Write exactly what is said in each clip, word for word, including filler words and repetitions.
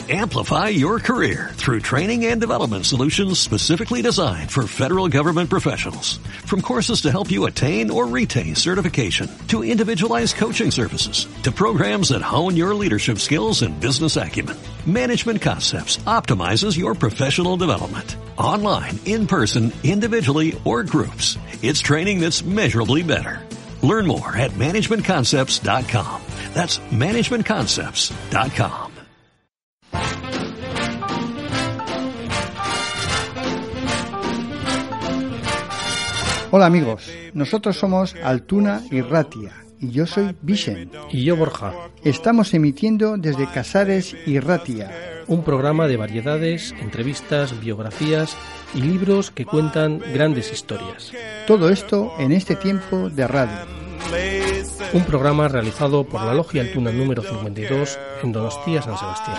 Amplify your career through training and development solutions specifically designed for federal government professionals. From courses to help you attain or retain certification, to individualized coaching services, to programs that hone your leadership skills and business acumen, Management Concepts optimizes your professional development. Online, in person, individually, or groups, it's training that's measurably better. Learn more at management concepts dot com. That's management concepts dot com. Hola amigos, nosotros somos Altuna y Ratia y yo soy Vicent. Y yo Borja. Estamos emitiendo desde Casares y Ratia, un programa de variedades, entrevistas, biografías y libros que cuentan grandes historias. Todo esto en este tiempo de radio. Un programa realizado por la Logia Altuna número cincuenta y dos en Donostia, San Sebastián.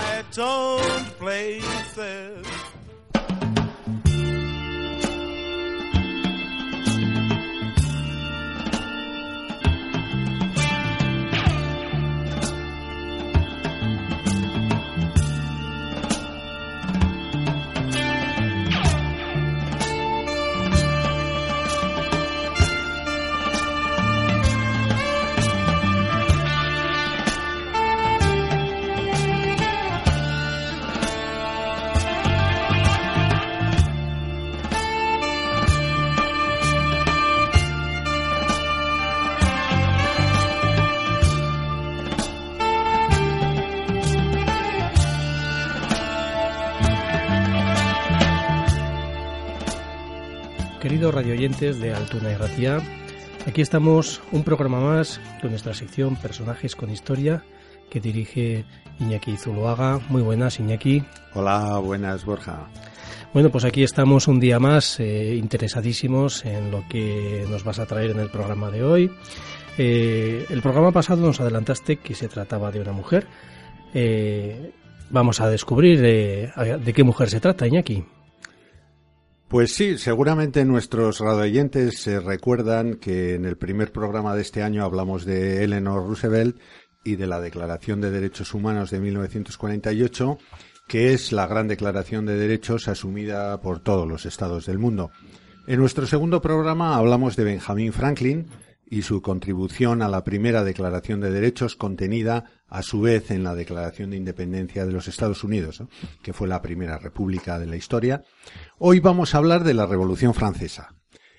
Queridos radioyentes de Altuna y Ratia, aquí estamos un programa más de nuestra sección Personajes con Historia que dirige Iñaki Zuloaga. Muy buenas, Iñaki. Hola, buenas, Borja. Bueno, pues aquí estamos un día más eh, interesadísimos en lo que nos vas a traer en el programa de hoy. Eh, el programa pasado nos adelantaste que se trataba de una mujer. Eh, vamos a descubrir eh, de qué mujer se trata, Iñaki. Pues sí, seguramente nuestros radioyentes se recuerdan que en el primer programa de este año hablamos de Eleanor Roosevelt y de la Declaración de Derechos Humanos de mil novecientos cuarenta y ocho, que es la gran declaración de derechos asumida por todos los estados del mundo. En nuestro segundo programa hablamos de Benjamin Franklin y su contribución a la primera Declaración de Derechos contenida a su vez en la Declaración de Independencia de los Estados Unidos, ¿no?, que fue la primera república de la historia. Hoy vamos a hablar de la Revolución Francesa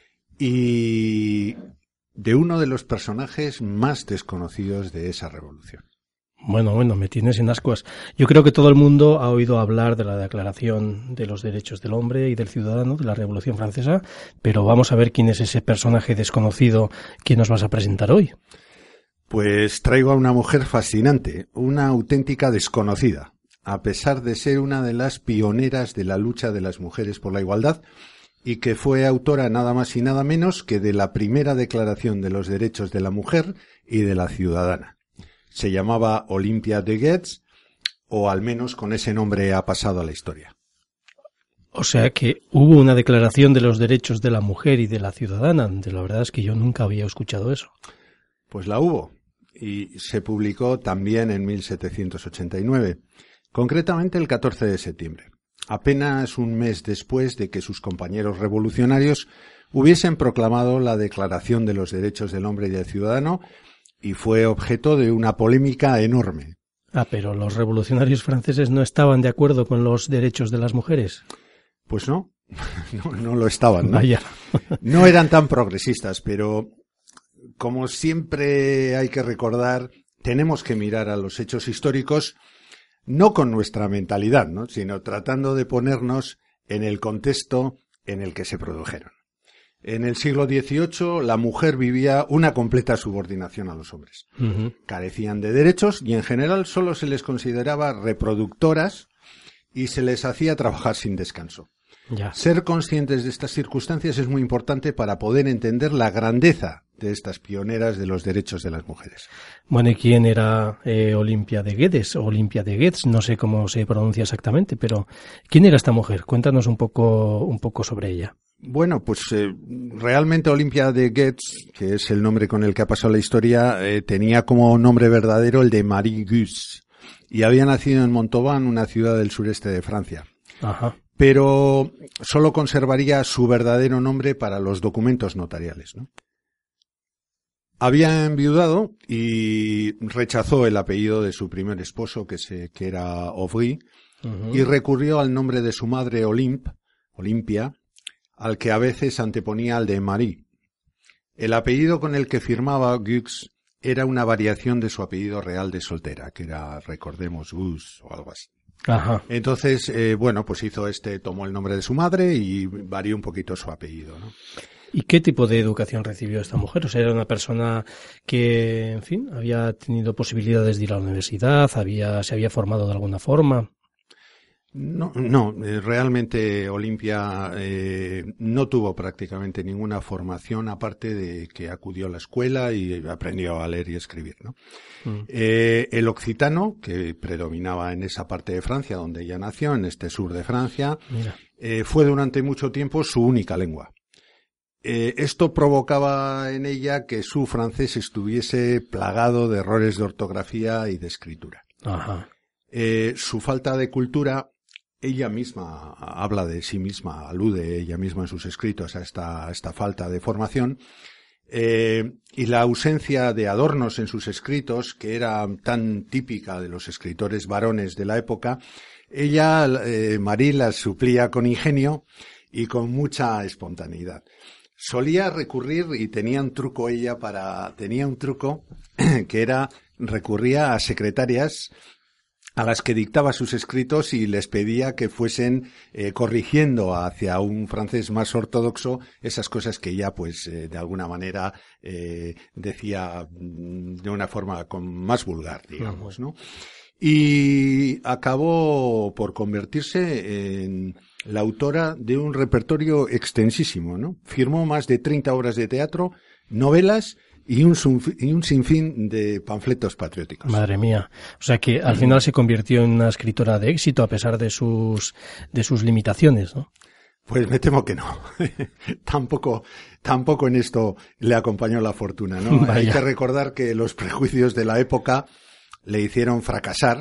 y de uno de los personajes más desconocidos de esa revolución. Bueno, bueno, me tienes en ascuas. Yo creo que todo el mundo ha oído hablar de la Declaración de los Derechos del Hombre y del Ciudadano de la Revolución Francesa, pero vamos a ver quién es ese personaje desconocido que nos vas a presentar hoy. Pues traigo a una mujer fascinante, una auténtica desconocida, a pesar de ser una de las pioneras de la lucha de las mujeres por la igualdad y que fue autora nada más y nada menos que de la primera Declaración de los Derechos de la Mujer y de la Ciudadana. Se llamaba Olympia de Guedes, o al menos con ese nombre ha pasado a la historia. O sea que hubo una Declaración de los Derechos de la Mujer y de la Ciudadana. La verdad es que yo nunca había escuchado eso. Pues la hubo, y se publicó también en mil setecientos ochenta y nueve, concretamente el catorce de septiembre, apenas un mes después de que sus compañeros revolucionarios hubiesen proclamado la Declaración de los Derechos del Hombre y del Ciudadano, y fue objeto de una polémica enorme. Ah, pero los revolucionarios franceses no estaban de acuerdo con los derechos de las mujeres. Pues no, no, no lo estaban, ¿no? Vaya. No eran tan progresistas, pero como siempre hay que recordar, tenemos que mirar a los hechos históricos no con nuestra mentalidad, ¿no?, sino tratando de ponernos en el contexto en el que se produjeron. En el siglo dieciocho, la mujer vivía una completa subordinación a los hombres. Uh-huh. Carecían de derechos y, en general, solo se les consideraba reproductoras y se les hacía trabajar sin descanso. Ya. Ser conscientes de estas circunstancias es muy importante para poder entender la grandeza de estas pioneras de los derechos de las mujeres. Bueno, ¿y quién era eh, Olympia de Guedes? Olympia de Guedes, no sé cómo se pronuncia exactamente, pero ¿quién era esta mujer? Cuéntanos un poco, un poco sobre ella. Bueno, pues eh, realmente Olympia de Guedes, que es el nombre con el que ha pasado la historia, eh, tenía como nombre verdadero el de Marie Gusse. y había nacido en Montauban, una ciudad del sureste de Francia. Ajá. Pero solo conservaría su verdadero nombre para los documentos notariales, ¿no? Había enviudado y rechazó el apellido de su primer esposo, que, se, que era Auvry, uh-huh. y recurrió al nombre de su madre Olympe, Olimpia, al que a veces anteponía al de Marie. El apellido con el que firmaba Gux era una variación de su apellido real de soltera, que era, recordemos, Gus o algo así. Ajá. Entonces, eh, bueno, pues hizo este, tomó el nombre de su madre y varió un poquito su apellido, ¿no? ¿Y qué tipo de educación recibió esta mujer? O sea, era una persona que, en fin, había tenido posibilidades de ir a la universidad, había, se había formado de alguna forma. No, no, eh, realmente Olimpia eh, no tuvo prácticamente ninguna formación aparte de que acudió a la escuela y aprendió a leer y escribir, ¿no? Mm. Eh, el occitano, que predominaba en esa parte de Francia donde ella nació, en este sur de Francia, eh, fue durante mucho tiempo su única lengua. Eh, esto provocaba en ella que su francés estuviese plagado de errores de ortografía y de escritura. Ajá. Eh, su falta de cultura, ella misma habla de sí misma, alude ella misma en sus escritos a esta, a esta falta de formación, eh, y la ausencia de adornos en sus escritos, que era tan típica de los escritores varones de la época, ella, eh, Marie, las suplía con ingenio y con mucha espontaneidad. Solía recurrir, y tenía un truco ella para, tenía un truco que era, recurría a secretarias a las que dictaba sus escritos y les pedía que fuesen eh, corrigiendo hacia un francés más ortodoxo esas cosas que ella, pues, eh, de alguna manera eh, decía de una forma con más vulgar, digamos, ¿no? Y acabó por convertirse en la autora de un repertorio extensísimo, ¿no? Firmó más de treinta obras de teatro, novelas y un, y un sinfín de panfletos patrióticos. Madre mía. O sea que al final se convirtió en una escritora de éxito a pesar de sus, de sus limitaciones, ¿no? Pues me temo que no. tampoco, tampoco en esto le acompañó la fortuna, ¿no? Vaya. Hay que recordar que los prejuicios de la época le hicieron fracasar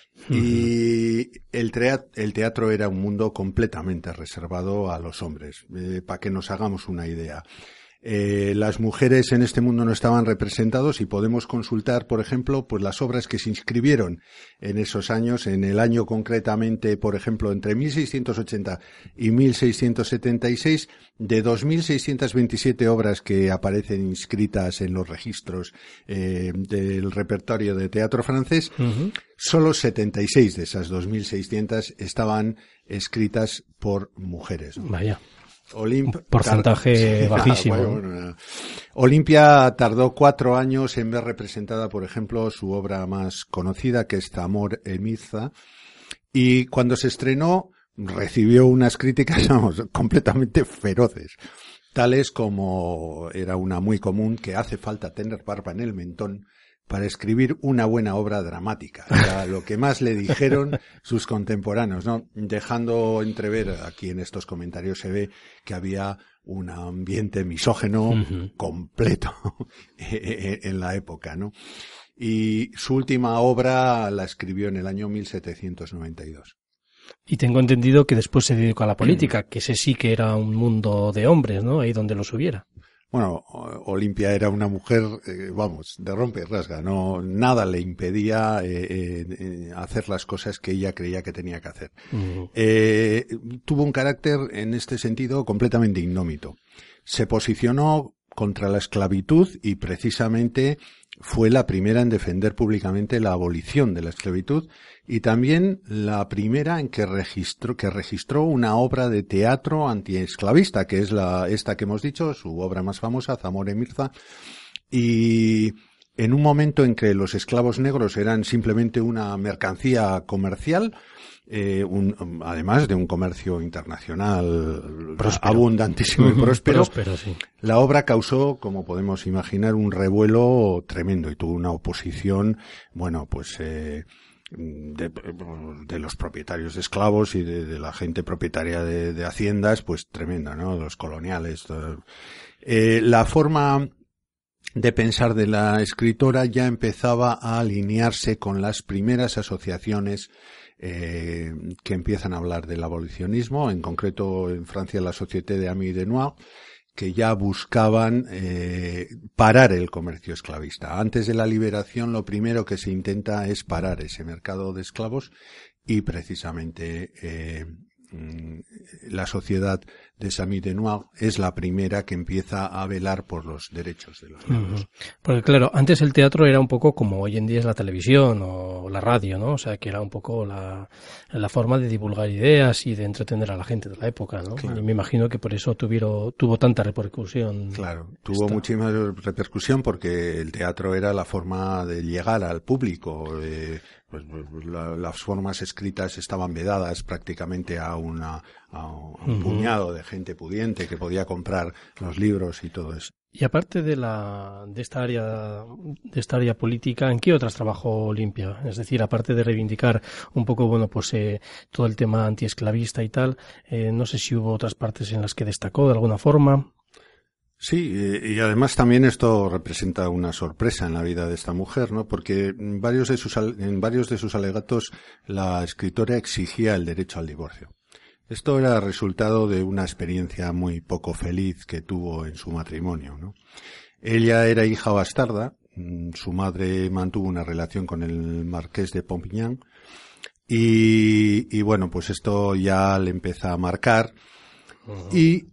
y el, teatro, el teatro era un mundo completamente reservado a los hombres, eh, para que nos hagamos una idea. Eh, las mujeres en este mundo no estaban representados y podemos consultar, por ejemplo, pues las obras que se inscribieron en esos años, en el año concretamente, por ejemplo, entre mil seiscientos ochenta y mil seiscientos setenta y seis, de dos mil seiscientas veintisiete obras que aparecen inscritas en los registros eh, del repertorio de teatro francés, uh-huh. solo setenta y seis de esas dos mil seiscientas estaban escritas por mujeres, ¿no? Vaya. Olymp, porcentaje tar... bajísimo. Ah, bueno, bueno. Olimpia tardó cuatro años en ver representada, por ejemplo, su obra más conocida, que es Amor et Mirza, y cuando se estrenó recibió unas críticas, vamos, completamente feroces, tales como era una muy común, que hace falta tener barba en el mentón para escribir una buena obra dramática. Era lo que más le dijeron sus contemporáneos, ¿no? Dejando entrever, aquí en estos comentarios se ve que había un ambiente misógeno uh-huh. completo en la época, ¿no? Y su última obra la escribió en el año mil setecientos noventa y dos. Y tengo entendido que después se dedicó a la política, que ese sí que era un mundo de hombres, ¿no? Ahí donde los hubiera. Bueno, Olimpia era una mujer, eh, vamos, de rompe y rasga, no, nada le impedía eh, eh, hacer las cosas que ella creía que tenía que hacer. Uh-huh. Eh, tuvo un carácter, en este sentido, completamente indómito. Se posicionó contra la esclavitud y precisamente fue la primera en defender públicamente la abolición de la esclavitud y también la primera en que registró, que registró una obra de teatro antiesclavista, que es la, esta que hemos dicho, su obra más famosa, Amor et Mirza, y en un momento en que los esclavos negros eran simplemente una mercancía comercial, eh, un, además de un comercio internacional próspero, abundantísimo y próspero, próspero sí. La obra causó, como podemos imaginar, un revuelo tremendo y tuvo una oposición, bueno, pues eh, de, de los propietarios de esclavos y de, de la gente propietaria de, de haciendas, pues tremenda, ¿no? Los coloniales. Todo. Eh, la forma de pensar de la escritora ya empezaba a alinearse con las primeras asociaciones eh, que empiezan a hablar del abolicionismo, en concreto en Francia la Société des Amis de Noir, que ya buscaban eh, parar el comercio esclavista. Antes de la liberación, lo primero que se intenta es parar ese mercado de esclavos y precisamente eh, la Sociedad des Amis de Noir es la primera que empieza a velar por los derechos de los negros. Uh-huh. Porque claro, antes el teatro era un poco como hoy en día es la televisión o la radio, ¿no? O sea, que era un poco la, la forma de divulgar ideas y de entretener a la gente de la época, ¿no? Claro. Y me imagino que por eso tuvieron, tuvo tanta repercusión. Claro, tuvo esta. muchísima repercusión porque el teatro era la forma de llegar al público. Eh, pues, pues la, las formas escritas estaban vedadas prácticamente a una a un uh-huh. puñado de gente pudiente que podía comprar los libros y todo eso. Y aparte de la de esta área de esta área política, ¿en qué otras trabajó Olimpia? Es decir, aparte de reivindicar un poco, bueno, pues eh, todo el tema antiesclavista y tal, eh, no sé si hubo otras partes en las que destacó de alguna forma. Sí, y además también esto representa una sorpresa en la vida de esta mujer, ¿no? Porque en varios de sus en varios de sus alegatos la escritora exigía el derecho al divorcio. Esto era resultado de una experiencia muy poco feliz que tuvo en su matrimonio, ¿no? Ella era hija bastarda, su madre mantuvo una relación con el marqués de Pompignan y, y bueno, pues esto ya le empieza a marcar uh-huh. y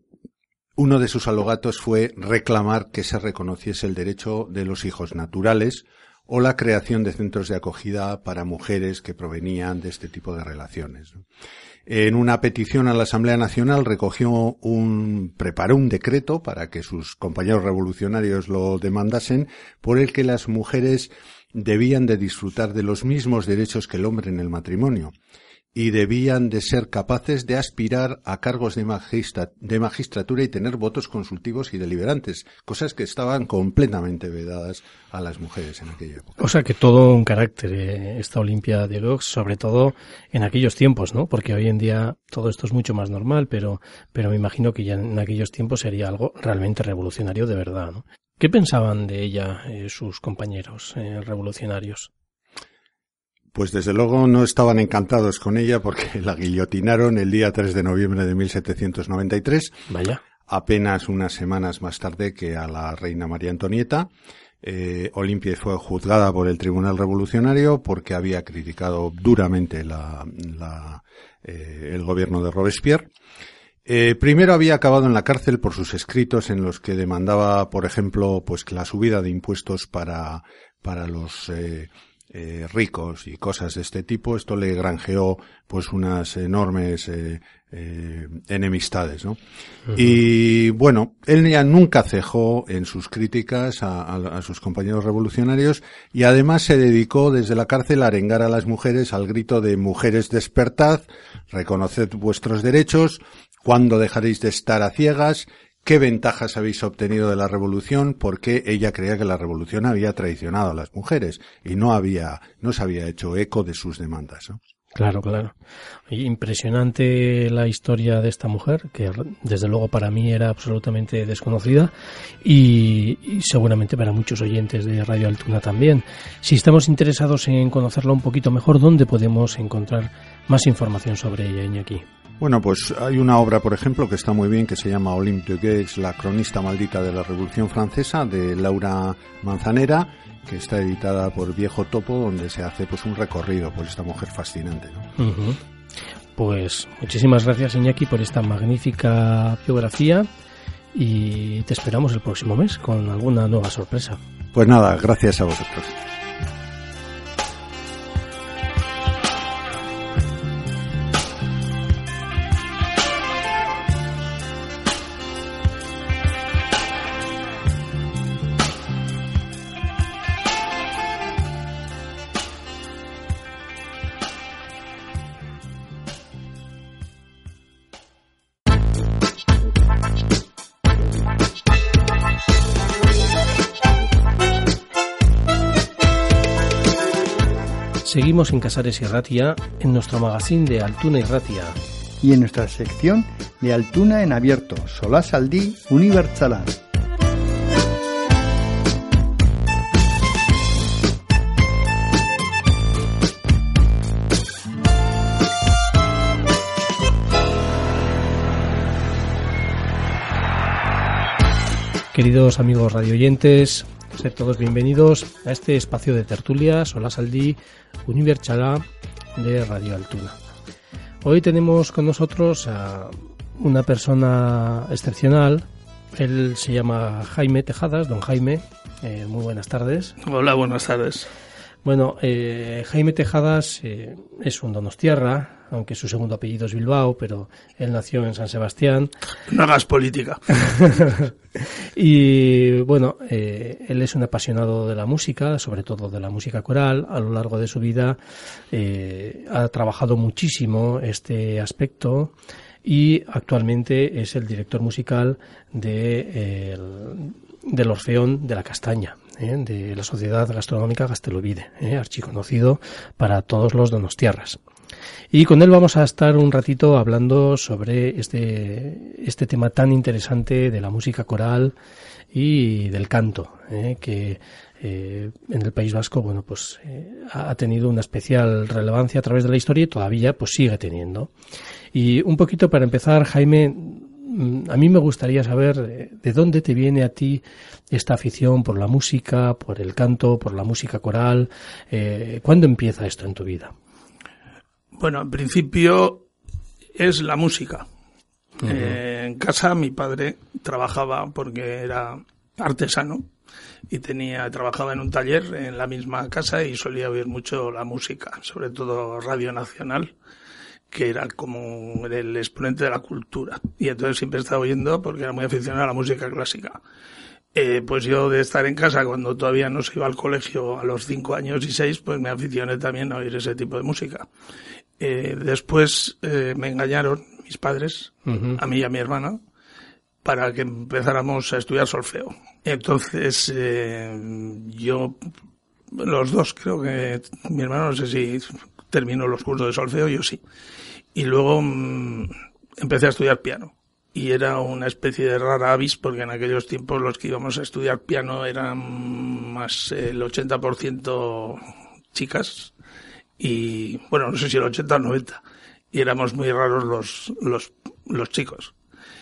uno de sus alegatos fue reclamar que se reconociese el derecho de los hijos naturales o la creación de centros de acogida para mujeres que provenían de este tipo de relaciones, ¿no? En una petición a la Asamblea Nacional recogió un, preparó un decreto para que sus compañeros revolucionarios lo demandasen, por el que las mujeres debían de disfrutar de los mismos derechos que el hombre en el matrimonio y debían de ser capaces de aspirar a cargos de, magistra, de magistratura y tener votos consultivos y deliberantes, cosas que estaban completamente vedadas a las mujeres en aquella época. O sea que todo un carácter eh, esta Olimpia de Gaux, sobre todo en aquellos tiempos, ¿no? Porque hoy en día todo esto es mucho más normal, pero, pero me imagino que ya en aquellos tiempos sería algo realmente revolucionario de verdad, ¿no? ¿Qué pensaban de ella eh, sus compañeros eh, revolucionarios? Pues desde luego no estaban encantados con ella porque la guillotinaron el día tres de noviembre de mil setecientos noventa y tres. Vaya. Apenas unas semanas más tarde que a la reina María Antonieta. Eh, Olimpia fue juzgada por el Tribunal Revolucionario porque había criticado duramente la, la, eh, el gobierno de Robespierre. Eh, primero había acabado en la cárcel por sus escritos en los que demandaba, por ejemplo, pues la subida de impuestos para, para los, eh, Eh, ricos y cosas de este tipo. Esto le granjeó pues unas enormes eh, eh, enemistades, ¿no? Uh-huh. Y bueno, él ya nunca cejó en sus críticas a, a, a sus compañeros revolucionarios y además se dedicó desde la cárcel a arengar a las mujeres al grito de mujeres despertad, reconoced vuestros derechos, ¿cuándo dejaréis de estar a ciegas? ¿Qué ventajas habéis obtenido de la revolución? Porque ella creía que la revolución había traicionado a las mujeres y no había, no se había hecho eco de sus demandas, ¿no? Claro, claro. Impresionante la historia de esta mujer, que desde luego para mí era absolutamente desconocida y, y seguramente para muchos oyentes de Radio Altuna también. Si estamos interesados en conocerla un poquito mejor, ¿dónde podemos encontrar más información sobre ella, Iñaki? Bueno, pues hay una obra, por ejemplo, que está muy bien, que se llama Olympe de Gaux, la cronista maldita de la Revolución Francesa, de Laura Manzanera, que está editada por Viejo Topo, donde se hace pues un recorrido por esta mujer fascinante, ¿no? Uh-huh. Pues muchísimas gracias, Iñaki, por esta magnífica biografía y te esperamos el próximo mes con alguna nueva sorpresa. Pues nada, gracias a vosotros. Seguimos en Casares y Ratia, en nuestro magazine de Altuna y Ratia. Y en nuestra sección de Altuna en abierto, Solasaldí Unibertsala. Queridos amigos radioyentes, sed todos bienvenidos a este espacio de tertulia Solasaldi Unibertsala de Radio Altuna. Hoy tenemos con nosotros a una persona excepcional. Él se llama Jaime Tejadas. Don Jaime, eh, muy buenas tardes. Hola, buenas tardes. Bueno, eh, Jaime Tejadas eh, es un donostiarra, aunque su segundo apellido es Bilbao, pero él nació en San Sebastián. No hagas política. Y bueno, eh, él es un apasionado de la música, sobre todo de la música coral. A lo largo de su vida eh, ha trabajado muchísimo este aspecto y actualmente es el director musical de, eh, el, del Orfeón de la Castaña, eh, de la Sociedad Gastronómica Gastelovide, eh, archiconocido para todos los donostiarras. Y con él vamos a estar un ratito hablando sobre este, este tema tan interesante de la música coral y del canto, eh, que eh, en el País Vasco, bueno, pues eh, ha tenido una especial relevancia a través de la historia y todavía pues sigue teniendo. Y un poquito para empezar, Jaime, a mí me gustaría saber de dónde te viene a ti esta afición por la música, por el canto, por la música coral. Eh, ¿Cuándo empieza esto en tu vida? Bueno, en principio es la música. Uh-huh. Eh, en casa mi padre trabajaba porque era artesano y tenía trabajaba en un taller en la misma casa y solía oír mucho la música, sobre todo Radio Nacional, que era como el exponente de la cultura. Y entonces siempre estaba oyendo porque era muy aficionado a la música clásica. Eh, pues yo de estar en casa cuando todavía no se iba al colegio a los cinco años y seis, pues me aficioné también a oír ese tipo de música. Eh, después eh, me engañaron mis padres, uh-huh. a mí y a mi hermana, para que empezáramos a estudiar solfeo. Entonces eh, yo, los dos creo que, mi hermano no sé si terminó los cursos de solfeo, yo sí. Y luego mmm, empecé a estudiar piano. Y era una especie de rara avis porque en aquellos tiempos los que íbamos a estudiar piano eran más el ochenta por ciento chicas y, bueno, no sé si el ochenta o noventa. Y éramos muy raros los, los, los chicos.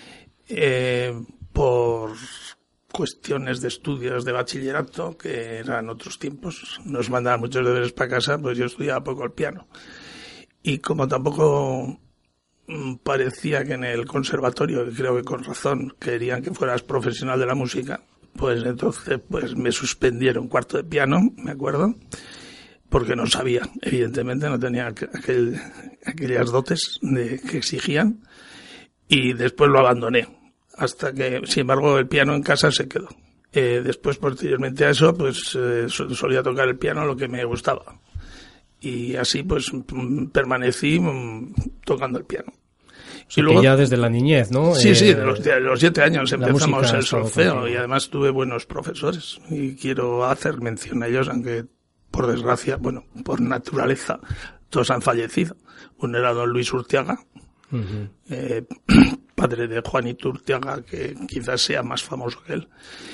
Eh, por cuestiones de estudios de bachillerato, que eran otros tiempos, nos mandaban muchos deberes para casa, pues yo estudiaba poco el piano. Y como tampoco parecía que en el conservatorio, y creo que con razón, querían que fueras profesional de la música, pues entonces pues me suspendieron cuarto de piano, me acuerdo, porque no sabía, evidentemente, no tenía aquel, aquellas dotes de, que exigían, y después lo abandoné, hasta que, sin embargo, el piano en casa se quedó. Eh, después, posteriormente a eso, pues eh, solía tocar el piano lo que me gustaba. Y así pues permanecí tocando el piano. Y luego, que ya desde la niñez, ¿no? Sí, eh, sí, de los, de los siete años empezamos el solfeo y además tuve buenos profesores. Y quiero hacer mención a ellos, aunque por desgracia, bueno, por naturaleza, todos han fallecido. Uno era don Luis Urtiaga, uh-huh. eh, padre de Juanito Urtiaga, que quizás sea más famoso que él.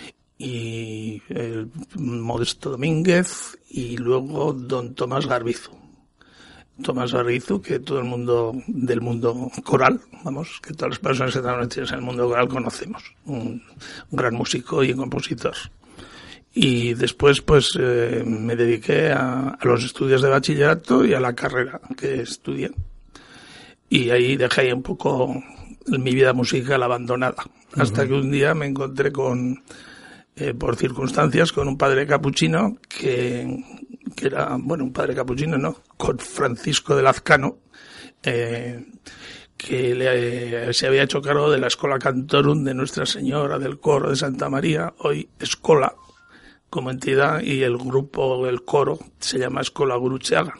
Y el Modesto Domínguez y luego don Tomás Garbizu. Tomás Garbizu, que todo el mundo del mundo coral, vamos, que todas las personas que están metidas en el mundo coral conocemos. Un, un gran músico y compositor. Y después pues eh, me dediqué a, a los estudios de bachillerato y a la carrera que estudié. Y ahí dejé ahí un poco mi vida musical abandonada. Uh-huh. Hasta que un día me encontré con... Eh, por circunstancias, con un padre capuchino que, que era, bueno, un padre capuchino, ¿no? Con Francisco de Lazcano, eh, que le, se había hecho cargo de la Escola Cantorum de Nuestra Señora del Coro de Santa María, hoy Escola, como entidad, y el grupo, el coro, se llama Escola Gurutzeaga.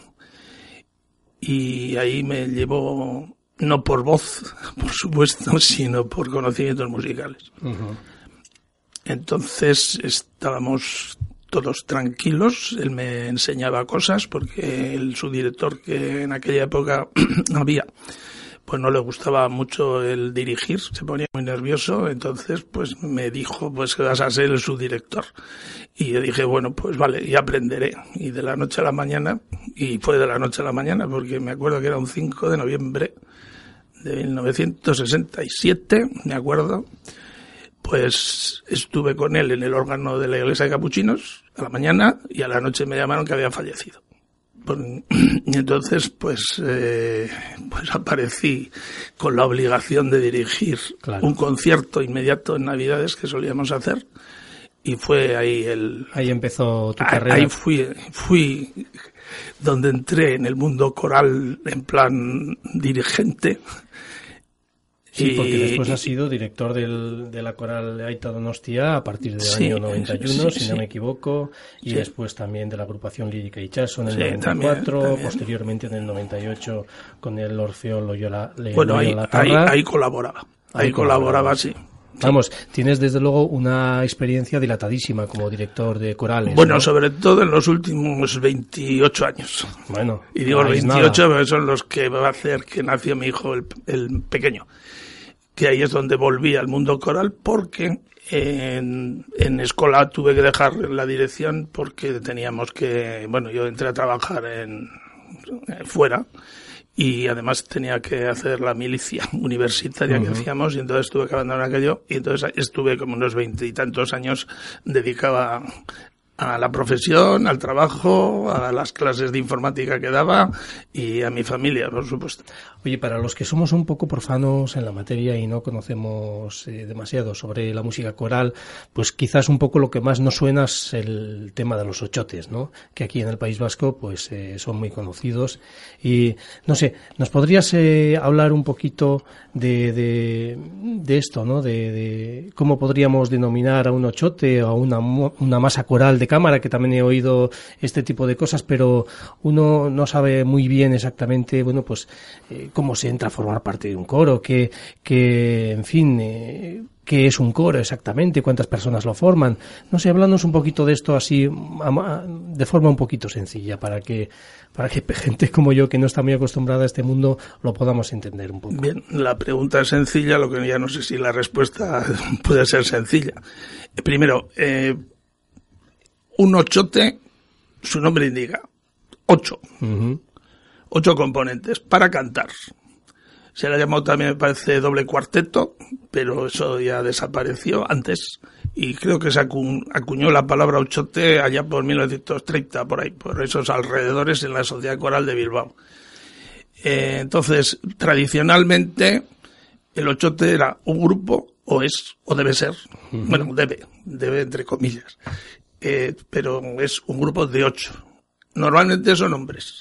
Y ahí me llevó, no por voz, por supuesto, sino por conocimientos musicales. Uh-huh. Entonces estábamos todos tranquilos, él me enseñaba cosas porque el subdirector que en aquella época había, pues no le gustaba mucho el dirigir, se ponía muy nervioso, entonces pues me dijo pues que vas a ser el subdirector. Y yo dije, bueno, pues vale, y aprenderé. Y de la noche a la mañana, y fue de la noche a la mañana porque me acuerdo que era un cinco de noviembre de mil novecientos sesenta y siete, me acuerdo, pues estuve con él en el órgano de la iglesia de capuchinos a la mañana y a la noche me llamaron que había fallecido. Y entonces pues eh, pues aparecí con la obligación de dirigir claro. un concierto inmediato en Navidades que solíamos hacer y fue ahí el ahí empezó tu ahí, carrera. Ahí fui fui donde entré en el mundo coral en plan dirigente. Sí, porque después has sido director del, de la coral Aita Donostia a partir del sí, año noventa y uno, sí, si no sí. me equivoco, y sí. después también de la agrupación lírica Itxaso en el sí, noventa y cuatro, también, también. Posteriormente en el noventa y ocho con el Orfeo Loyola Loyola Bueno, ahí, ahí, ahí colaboraba, ahí, ahí colaboraba, sí. Vamos, tienes desde luego una experiencia dilatadísima como director de corales. Bueno, ¿no? Sobre todo en los últimos veintiocho años. Bueno, y digo no veintiocho porque son los que va a hacer que nació mi hijo el, el pequeño. Que ahí es donde volví al mundo coral porque en, en escuela tuve que dejar la dirección porque teníamos que, bueno, yo entré a trabajar en fuera y además tenía que hacer la milicia universitaria uh-huh. que hacíamos y entonces tuve que abandonar aquello y entonces estuve como unos veinte y tantos años dedicado a, a la profesión, al trabajo, a las clases de informática que daba y a mi familia, por supuesto. Oye, para los que somos un poco profanos en la materia y no conocemos eh, demasiado sobre la música coral, pues quizás un poco lo que más nos suena es el tema de los ochotes, ¿no? Que aquí en el País Vasco pues eh, son muy conocidos y no sé, ¿nos podrías eh, hablar un poquito de, de, de esto, ¿no? De, de cómo podríamos denominar a un ochote o a una, una masa coral de cámara, que también he oído este tipo de cosas, pero uno no sabe muy bien exactamente, bueno, pues eh, cómo se entra a formar parte de un coro, que, que en fin, eh, qué es un coro exactamente, cuántas personas lo forman. No sé, háblanos un poquito de esto así, de forma un poquito sencilla, para que, para que gente como yo, que no está muy acostumbrada a este mundo, lo podamos entender un poco. Bien, la pregunta es sencilla, lo que ya no sé si la respuesta puede ser sencilla. Primero, eh, un ochote, su nombre indica, ocho. Uh-huh. Ocho componentes para cantar. Se le ha llamado también, me parece, doble cuarteto, pero eso ya desapareció antes. Y creo que se acu- acuñó la palabra ochote allá por mil novecientos treinta, por ahí, por esos alrededores en la Sociedad Coral de Bilbao. Eh, entonces, tradicionalmente, el ochote era un grupo, o es, o debe ser, uh-huh. bueno, debe, debe entre comillas. Eh, pero es un grupo de ocho. Normalmente son hombres.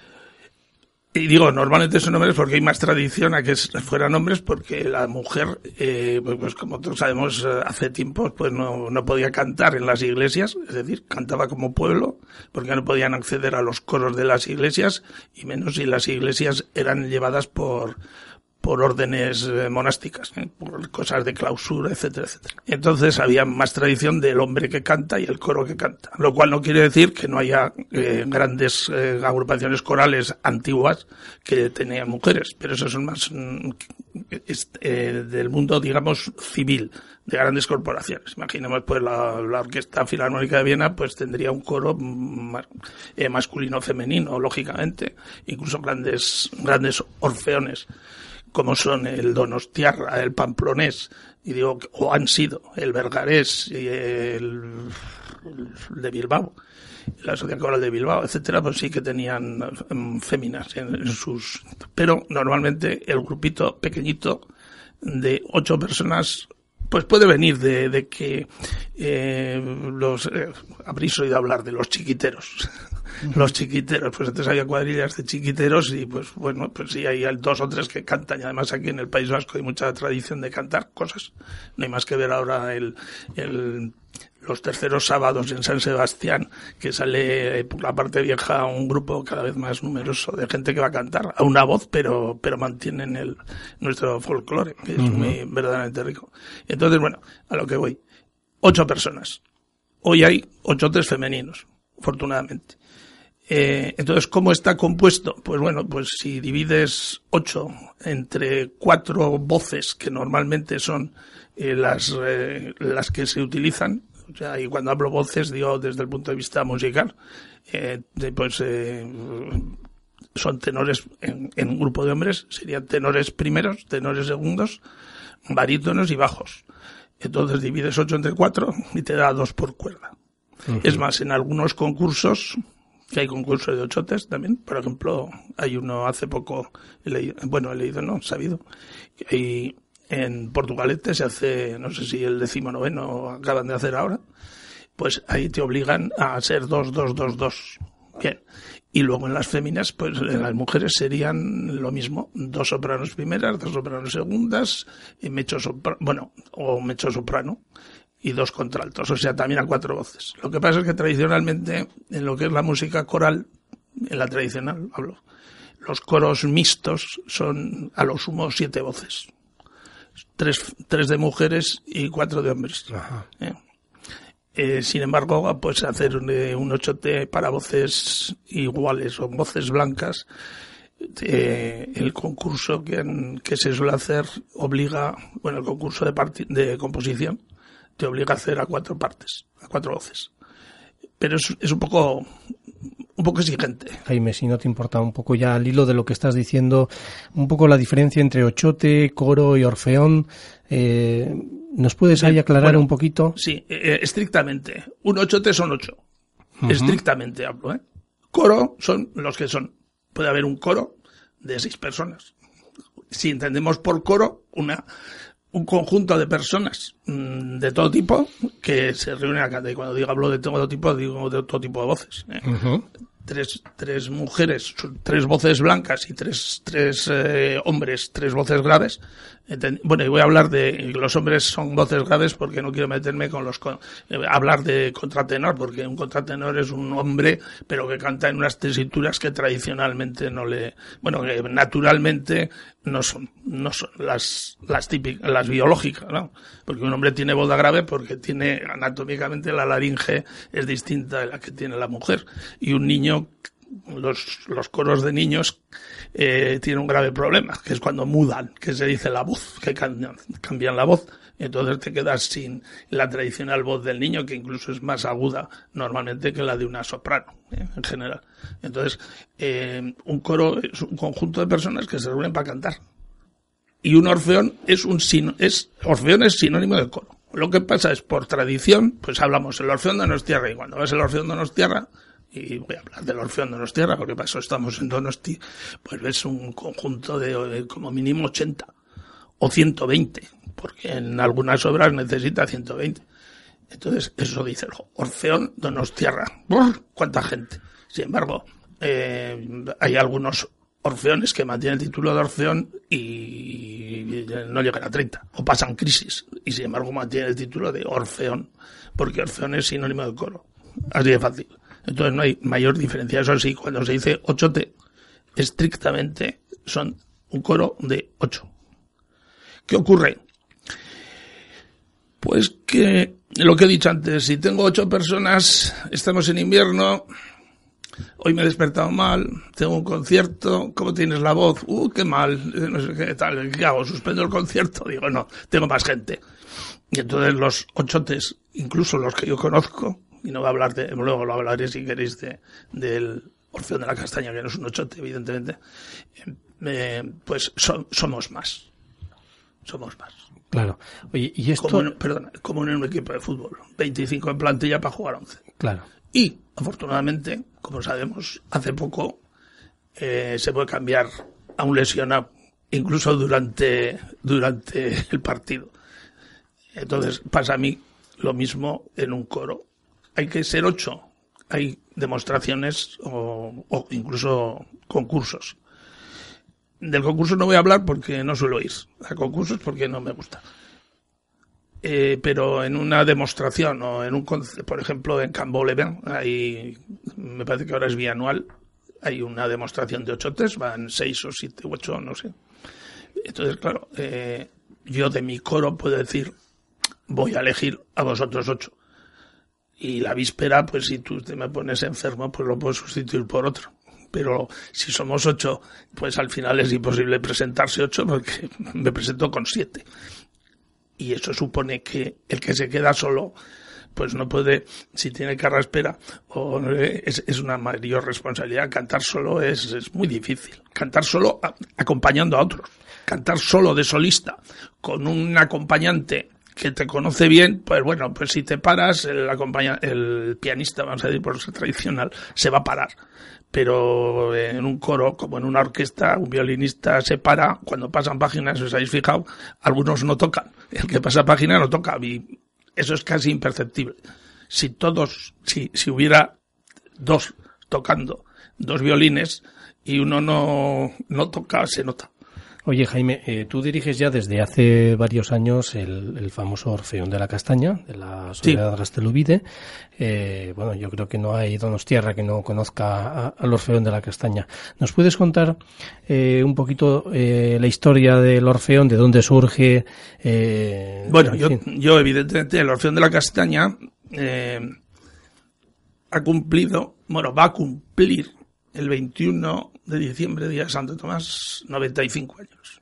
Y digo, normalmente son hombres porque hay más tradición a que fueran hombres porque la mujer, eh, pues, pues como todos sabemos, hace tiempo pues no, no podía cantar en las iglesias, es decir, cantaba como pueblo porque no podían acceder a los coros de las iglesias y menos si las iglesias eran llevadas por por órdenes eh, monásticas, ¿eh? por cosas de clausura, etcétera, etcétera. Entonces había más tradición del hombre que canta y el coro que canta, lo cual no quiere decir que no haya eh, grandes eh, agrupaciones corales antiguas que tenían mujeres, pero esos son más mm, eh, del mundo, digamos, civil, de grandes corporaciones. Imaginemos, pues, la, la Orquesta Filarmónica de Viena, pues tendría un coro eh, masculino-femenino, lógicamente, incluso grandes, grandes orfeones, como son el donostiarra, el pamplonés, y digo, o han sido el bergarés y el, el de Bilbao, la Sociedad Coral de Bilbao, etcétera, pues sí que tenían um, féminas en, en sus... Pero normalmente el grupito pequeñito de ocho personas pues puede venir de, de que eh, los eh, habréis oído hablar de los chiquiteros. Los chiquiteros, pues entonces había cuadrillas de chiquiteros y pues bueno, pues sí, hay dos o tres que cantan y además aquí en el País Vasco hay mucha tradición de cantar cosas. No hay más que ver ahora el, el los terceros sábados en San Sebastián, que sale por la parte vieja un grupo cada vez más numeroso de gente que va a cantar a una voz, pero pero mantienen el nuestro folclore, que es uh-huh. muy verdaderamente rico. Entonces, bueno, a lo que voy. Ocho personas. Hoy hay ochotes femeninos, afortunadamente. Eh, entonces, ¿cómo está compuesto? Pues bueno, pues si divides ocho entre cuatro voces, que normalmente son eh, las eh, las que se utilizan, o sea, y cuando hablo voces digo desde el punto de vista musical, eh, pues eh, son tenores en, en un grupo de hombres, serían tenores primeros, tenores segundos, barítonos y bajos. Entonces divides ocho entre cuatro y te da dos por cuerda. Uh-huh. Es más, en algunos concursos, que hay concursos de ochotes también, por ejemplo, hay uno hace poco, he leído, bueno, he leído, no, sabido, y en Portugalete se hace, no sé si el decimonoveno acaban de hacer ahora, pues ahí te obligan a ser dos, dos, dos, dos. Bien. Y luego en las féminas, pues en las mujeres serían lo mismo, dos sopranos primeras, dos sopranos segundas, y mecho soprano, bueno, o mecho soprano, y dos contraltos, o sea, también a cuatro voces. Lo que pasa es que tradicionalmente, en lo que es la música coral, en la tradicional hablo, los coros mixtos son a lo sumo siete voces. Tres, tres de mujeres y cuatro de hombres. Ajá. ¿Eh? Eh, sin embargo, pues hacer un, eh, un ochote para voces iguales o voces blancas, eh, el concurso que, que se suele hacer obliga, bueno, el concurso de, parti- de composición te obliga a hacer a cuatro partes, a cuatro voces. Pero es, es un poco, un poco exigente. Jaime, si no te importa un poco ya al hilo de lo que estás diciendo, un poco la diferencia entre ochote, coro y orfeón, eh, ¿nos puedes ahí aclarar bueno, un poquito? Sí, eh, estrictamente. Un ochote son ocho. Uh-huh. Estrictamente hablo, ¿eh? Coro son los que son. Puede haber un coro de seis personas. Si entendemos por coro, una, un conjunto de personas mmm, de todo tipo que se reúnen a cantar. Y cuando digo hablo de todo tipo, digo de todo tipo de voces, ¿eh? Uh-huh. Tres, tres mujeres, tres voces blancas y tres, tres eh, hombres, tres voces graves. Entend- bueno, y voy a hablar de, los hombres son voces graves porque no quiero meterme con los, con, eh, hablar de contratenor, porque un contratenor es un hombre, pero que canta en unas tesituras que tradicionalmente no le, bueno, que naturalmente no son, no son las, las típicas, las biológicas, ¿no? Porque un hombre tiene voz grave porque tiene, anatómicamente la laringe es distinta de la que tiene la mujer. Y un niño, los, los coros de niños, eh, tienen un grave problema, que es cuando mudan, que se dice la voz, que cambian, cambian la voz. Entonces te quedas sin la tradicional voz del niño, que incluso es más aguda normalmente que la de una soprano, ¿eh? En general. Entonces, eh, un coro es un conjunto de personas que se reúnen para cantar. Y un orfeón es un sin, es, orfeón es sinónimo de coro. Lo que pasa es, por tradición, pues hablamos el Orfeón Donostiarra, y cuando ves el Orfeón Donostiarra, y voy a hablar del Orfeón Donostiarra, porque para eso estamos en Donosti, pues ves un conjunto de, de como mínimo ochenta o ciento veinte, porque en algunas obras necesita ciento veinte. Entonces, eso dice el Orfeón Donostiarra. ¿Cuánta gente? Sin embargo, eh, hay algunos orfeones que mantienen el título de orfeón y no llegan a treinta, o pasan crisis, y sin embargo mantienen el título de orfeón, porque orfeón es sinónimo de coro. Así de fácil. Entonces no hay mayor diferencia. Eso sí, cuando se dice ochote, estrictamente son un coro de ocho. ¿Qué ocurre? Pues que, lo que he dicho antes, si tengo ocho personas, estamos en invierno, hoy me he despertado mal, tengo un concierto, ¿cómo tienes la voz? Uh, qué mal, no sé qué tal, ¿qué hago? ¿Suspendo el concierto? Digo, no, tengo más gente. Y entonces los ochotes, incluso los que yo conozco, y no voy a hablar de, luego lo hablaré si queréis de, del Orfeón de la Castaña, que no es un ochote, evidentemente, eh, pues so, somos más. Somos más. Claro. Oye, y esto... Como en, perdona, como en un equipo de fútbol. veinticinco en plantilla para jugar once. Claro. Y, afortunadamente, como sabemos, hace poco eh, se puede cambiar a un lesionado, incluso durante, durante el partido. Entonces, pasa a mí lo mismo en un coro. Hay que ser ocho. Hay demostraciones o, o incluso concursos. Del concurso no voy a hablar porque no suelo ir a concursos porque no me gusta. Eh, pero en una demostración o en un, por ejemplo, en Camboleven, hay, me parece que ahora es bianual, hay una demostración de ochotes, van seis o siete u ocho, no sé. Entonces, claro, eh, yo de mi coro puedo decir, voy a elegir a vosotros ocho. Y la víspera, pues si tú te me pones enfermo, pues lo puedo sustituir por otro. Pero si somos ocho, pues al final es imposible presentarse ocho porque me presento con siete. Y eso supone que el que se queda solo, pues no puede, si tiene carraspera, o es, es una mayor responsabilidad. Cantar solo es, es muy difícil. Cantar solo a, acompañando a otros. Cantar solo de solista, con un acompañante que te conoce bien, pues bueno, pues si te paras, el, acompaña, el pianista, vamos a decir por ser tradicional, se va a parar. Pero en un coro, como en una orquesta, un violinista se para, cuando pasan páginas, os habéis fijado, algunos no tocan. El que pasa página no toca, y eso es casi imperceptible. Si todos, si, si hubiera dos tocando, dos violines, y uno no, no toca, se nota. Oye, Jaime, eh, tú diriges ya desde hace varios años el, el famoso Orfeón de la Castaña, de la Sociedad sí. Gaztelubide. Eh, bueno, yo creo que no hay donostiarra que no conozca a, al Orfeón de la Castaña. ¿Nos puedes contar eh, un poquito eh, la historia del Orfeón, de dónde surge? Eh, bueno, yo, yo evidentemente el Orfeón de la Castaña eh, ha cumplido, bueno, va a cumplir el veintiuno de diciembre, día de Santo Tomás, noventa y cinco años.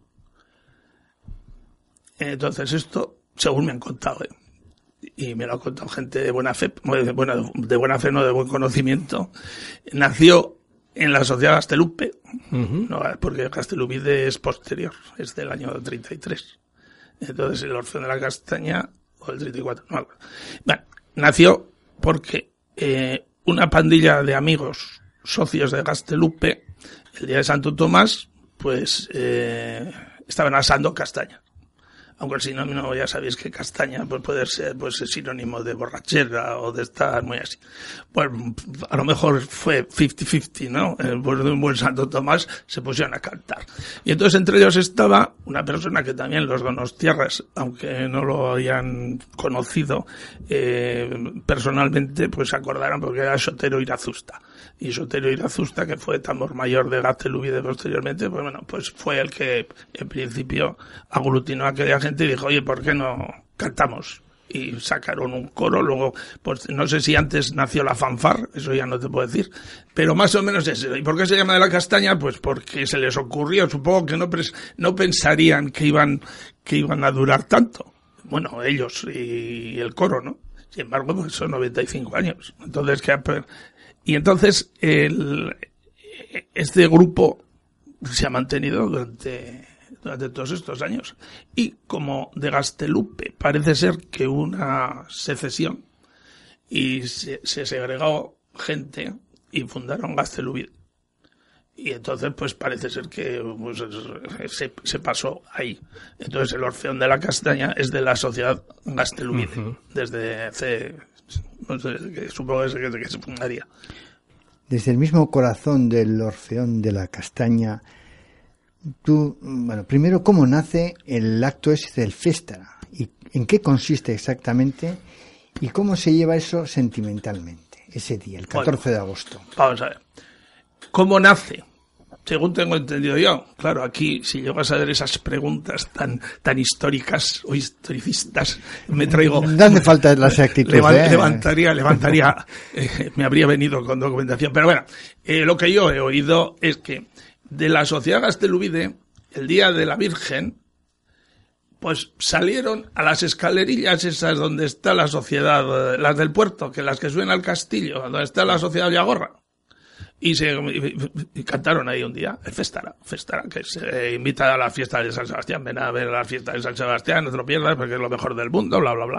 Entonces esto, según me han contado, ¿eh? y me lo ha contado gente de buena fe, bueno, de buena fe, no de buen conocimiento, nació en la Sociedad Gaztelupe, uh-huh. no, porque Gaztelubide es posterior, es del año treinta y tres. Entonces el Orfeón de la Castaña, o el treinta y cuatro, no me acuerdo. Bueno, nació porque eh, una pandilla de amigos socios de Gaztelupe, el día de Santo Tomás, pues eh, estaban asando castaña. Aunque el sinónimo, ya sabéis que castaña pues puede ser pues sinónimo de borrachera o de estar muy así. Pues a lo mejor fue cincuenta cincuenta, ¿no? Pues de un buen Santo Tomás se pusieron a cantar. Y entonces entre ellos estaba una persona que también los donostiarras, aunque no lo habían conocido eh, personalmente, pues se acordaron porque era Sotero Irazusta. Y Sotero Irazusta, que fue tambor mayor de Gaztelubide posteriormente, pues bueno, pues fue el que en principio aglutinó a aquella gente y dijo, oye, ¿por qué no cantamos? Y sacaron un coro, luego, pues no sé si antes nació la fanfar, eso ya no te puedo decir, pero más o menos es eso. ¿Y por qué se llama de la Castaña? Pues porque se les ocurrió, supongo que no, pres- no pensarían que iban, que iban a durar tanto. Bueno, ellos y el coro, ¿no? Sin embargo, pues son noventa y cinco años. Entonces, que Y entonces, el, este grupo se ha mantenido durante, durante todos estos años. Y como de Gaztelupe parece ser que una secesión y se, se segregó gente y fundaron Gaztelubide. Y entonces, pues parece ser que pues, se, se pasó ahí. Entonces, el Orfeón de la Castaña es de la Sociedad Gaztelubide, uh-huh. desde hace... No sé, que supongo que se, que se fundaría. Desde el mismo corazón del Orfeón de la Castaña, tú, bueno, primero, ¿cómo nace el acto ese del Féstara? ¿Y en qué consiste exactamente? ¿Y cómo se lleva eso sentimentalmente, ese día, el catorce bueno, de agosto? Vamos a ver. ¿Cómo nace? Según tengo entendido yo, claro, aquí si llegas a ver esas preguntas tan tan históricas o historicistas, me traigo... No hace falta las actitudes. Levant, ¿eh? Levantaría, levantaría, eh, me habría venido con documentación. Pero bueno, eh, lo que yo he oído es que de la Sociedad Gaztelubide, el día de la Virgen, pues salieron a las escalerillas esas donde está la sociedad, las del puerto, que las que suben al castillo, donde está la Sociedad Llagorra. Y se y, y cantaron ahí un día el Féstara, Féstara, que se invita a la fiesta de San Sebastián, ven a ver la fiesta de San Sebastián, no te lo pierdas porque es lo mejor del mundo, bla, bla, bla.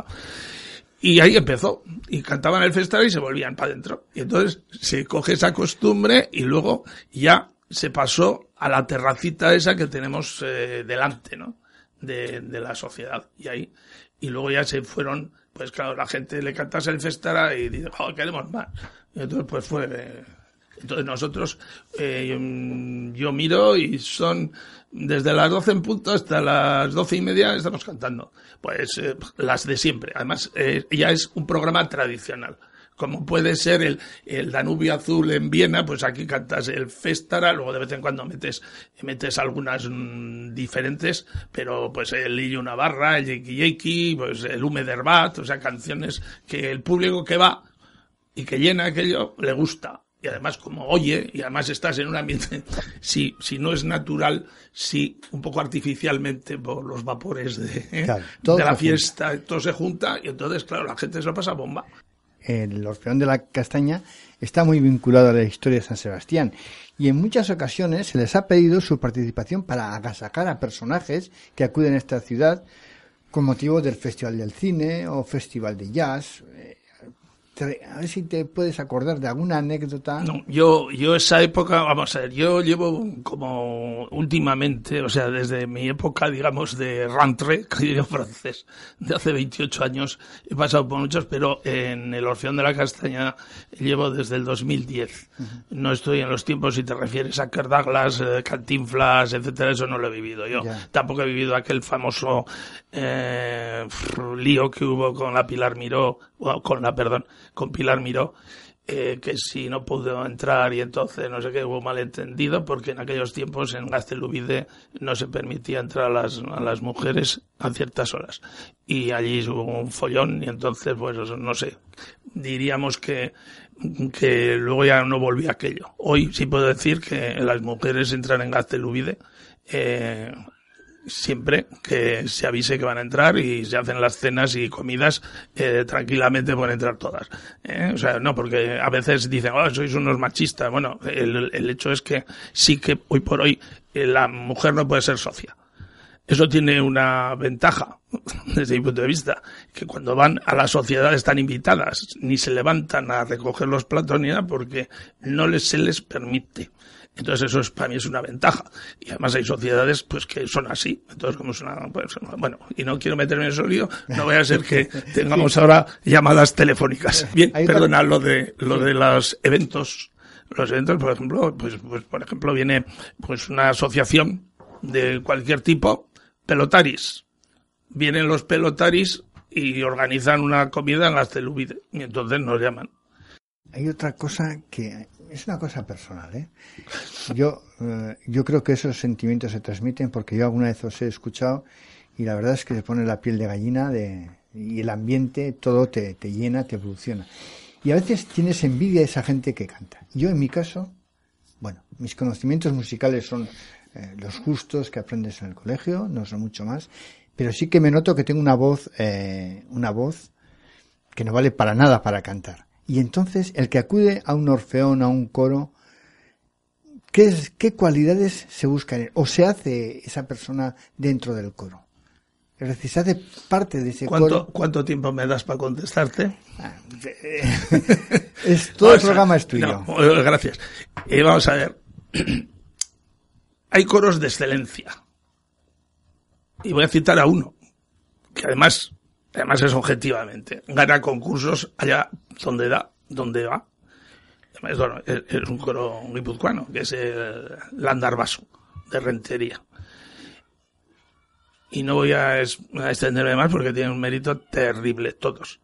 Y ahí empezó, y cantaban el Féstara y se volvían para adentro. Y entonces se coge esa costumbre y luego ya se pasó a la terracita esa que tenemos eh, delante, ¿no? De, de la sociedad. Y ahí, y luego ya se fueron, pues claro, la gente le cantase el Féstara y dice, oh, queremos más. Y entonces pues fue... Eh, Entonces nosotros, eh, yo miro y son desde las doce en punto hasta las doce y media estamos cantando. Pues eh, las de siempre. Además, eh, ya es un programa tradicional. Como puede ser el, el Danubio Azul en Viena, pues aquí cantas el Féstara, luego de vez en cuando metes, metes algunas mmm, diferentes, pero pues el Lillo Navarra, el Yeki Yeki, pues el Humederbat, o sea, canciones que el público que va y que llena aquello le gusta. Y además como oye, y además estás en un ambiente, si, si no es natural, sí, un poco artificialmente por los vapores de, ¿eh? claro, de la fiesta, junta. Todo se junta y entonces, claro, la gente se lo pasa bomba. El Orfeón de la Castaña está muy vinculado a la historia de San Sebastián y en muchas ocasiones se les ha pedido su participación para agasajar a personajes que acuden a esta ciudad con motivo del Festival del Cine o Festival de Jazz. A ver si te puedes acordar de alguna anécdota. No, yo, yo esa época, vamos a ver, yo llevo como últimamente, o sea, desde mi época, digamos, de rentrée, que yo francés, de hace veintiocho años, he pasado por muchos, pero en el Orfeón de la Castaña llevo desde el dos mil diez. Uh-huh. No estoy en los tiempos, si te refieres a Kirk Douglas, eh, Cantinflas, etcétera, eso no lo he vivido yo. Yeah. Tampoco he vivido aquel famoso eh, lío que hubo con la Pilar Miró, o con la, perdón, con Pilar Miró, eh, que si no pudo entrar y entonces no sé qué, hubo malentendido, porque en aquellos tiempos en Gaztelubbide no se permitía entrar a las, a las mujeres a ciertas horas. Y allí hubo un follón y entonces, pues no sé, diríamos que, que luego ya no volvió aquello. Hoy sí puedo decir que las mujeres entran en Gaztelubbide, eh, siempre que se avise que van a entrar y se hacen las cenas y comidas, eh, tranquilamente pueden entrar todas. ¿eh? O sea, no, porque a veces dicen, oh, sois unos machistas. Bueno, el, el hecho es que sí que hoy por hoy eh, la mujer no puede ser socia. Eso tiene una ventaja, desde mi punto de vista, que cuando van a la sociedad están invitadas, ni se levantan a recoger los platos ni nada porque no les, se les permite. Entonces eso es, para mí es una ventaja. Y además hay sociedades pues que son así. Entonces como es una, pues, bueno, y no quiero meterme en ese lío, no vaya a ser que tengamos ahora llamadas telefónicas. Bien, perdona, lo de, lo de los eventos. Los eventos, por ejemplo, pues, pues por ejemplo viene pues una asociación de cualquier tipo, pelotaris. Vienen los pelotaris y organizan una comida en Gaztelubbide. Y entonces nos llaman. Hay otra cosa que es una cosa personal, ¿eh? Yo, eh, yo creo que esos sentimientos se transmiten porque yo alguna vez os he escuchado y la verdad es que se pone la piel de gallina de, y el ambiente, todo te, te llena, te evoluciona. Y a veces tienes envidia de esa gente que canta. Yo en mi caso, bueno, mis conocimientos musicales son eh, los justos que aprendes en el colegio, no son mucho más, pero sí que me noto que tengo una voz, eh, una voz que no vale para nada para cantar. Y entonces, el que acude a un orfeón, a un coro, ¿qué, es, qué cualidades se buscan o se hace esa persona dentro del coro? Es decir, se hace parte de ese ¿Cuánto, coro. ¿Cuánto tiempo me das para contestarte? Ah, es, todo el programa es tuyo. No, gracias. Eh, vamos a ver. Hay coros de excelencia. Y voy a citar a uno, que además... Además es objetivamente. Gana concursos allá donde da, donde va. Además, bueno, es, es un coro guipuzcoano, que es el Landarbaso, de Rentería. Y no voy a, es, a extenderme más porque tienen un mérito terrible, todos.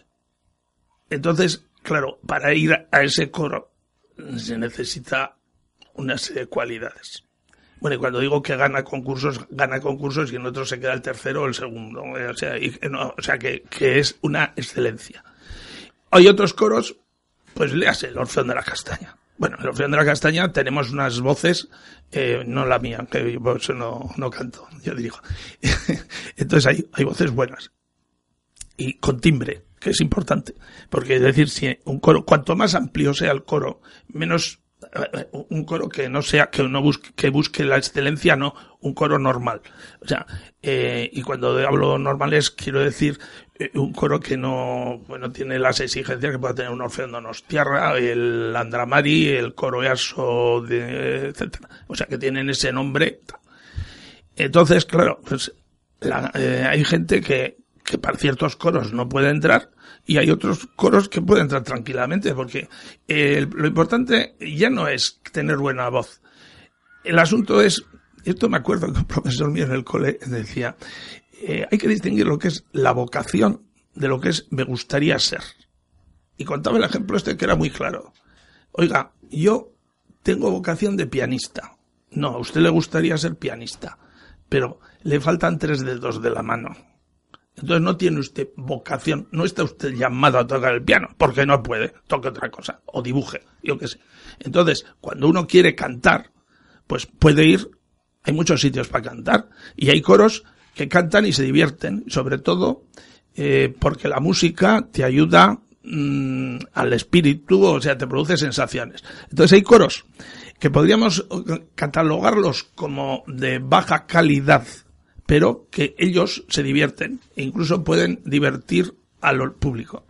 Entonces, claro, para ir a, a ese coro se necesita una serie de cualidades. Bueno, y cuando digo que gana concursos, gana concursos y en otros se queda el tercero o el segundo. O sea, y, no, o sea que, que es una excelencia. Hay otros coros, pues léase el Orfeón de la Castaña. Bueno, en el Orfeón de la Castaña tenemos unas voces, eh, no la mía, que yo por eso no, no canto, yo dirijo. Entonces hay, hay voces buenas. Y con timbre, que es importante. Porque es decir, si un coro, cuanto más amplio sea el coro, menos... un coro que no sea, que no busque, que busque la excelencia, no, un coro normal. O sea, eh, y cuando hablo normales quiero decir eh, un coro que no, bueno, tiene las exigencias que pueda tener un Orfeón Donostiarra, el Andramari, el coro Easo, de, etcétera. O sea, que tienen ese nombre. Entonces, claro, pues, la, eh, hay gente que, que para ciertos coros no puede entrar, y hay otros coros que pueden entrar tranquilamente, porque eh, lo importante ya no es tener buena voz. El asunto es, esto me acuerdo que un profesor mío en el cole decía, eh, hay que distinguir lo que es la vocación de lo que es me gustaría ser. Y contaba el ejemplo este que era muy claro. Oiga, yo tengo vocación de pianista. No, a usted le gustaría ser pianista, pero le faltan tres dedos de la mano. Entonces no tiene usted vocación, no está usted llamado a tocar el piano, porque no puede, toque otra cosa, o dibuje, yo qué sé. Entonces, cuando uno quiere cantar, pues puede ir, hay muchos sitios para cantar, y hay coros que cantan y se divierten, sobre todo eh, porque la música te ayuda mmm, al espíritu, o sea, te produce sensaciones. Entonces hay coros que podríamos catalogarlos como de baja calidad, pero que ellos se divierten e incluso pueden divertir al público.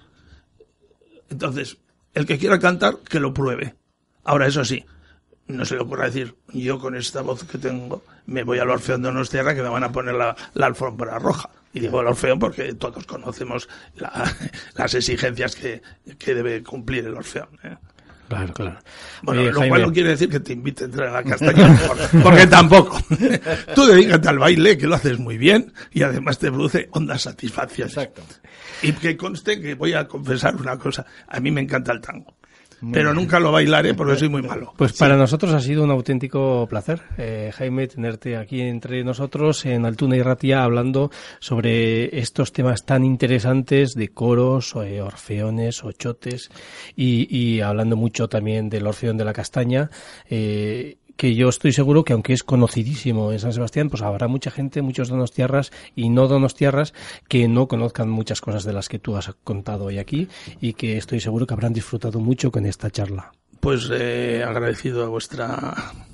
Entonces, el que quiera cantar, que lo pruebe. Ahora, eso sí, no se le ocurra decir, yo con esta voz que tengo me voy al Orfeón de Donostiarra que me van a poner la, la alfombra roja. Y digo el Orfeón porque todos conocemos la, las exigencias que, que debe cumplir el Orfeón, ¿eh? Claro, claro. Bueno, Oye, lo Jaime, cual no quiere decir que te invite a entrar a la Castaña, porque tampoco. Tú dedícate al baile, que lo haces muy bien, y además te produce hondas satisfacciones. Exacto. Y que conste que voy a confesar una cosa, a mí me encanta el tango. Muy pero bien. nunca lo bailaré porque soy muy malo. Pues Sí. para nosotros ha sido un auténtico placer, eh, Jaime, tenerte aquí entre nosotros en Altuna y Ratia hablando sobre estos temas tan interesantes de coros, eh, orfeones, ochotes y, y hablando mucho también del Orfeón de la Castaña, eh, que yo estoy seguro que aunque es conocidísimo en San Sebastián, pues habrá mucha gente, muchos donostiarras y no donostiarras que no conozcan muchas cosas de las que tú has contado hoy aquí y que estoy seguro que habrán disfrutado mucho con esta charla. Pues eh, agradecido a vuestra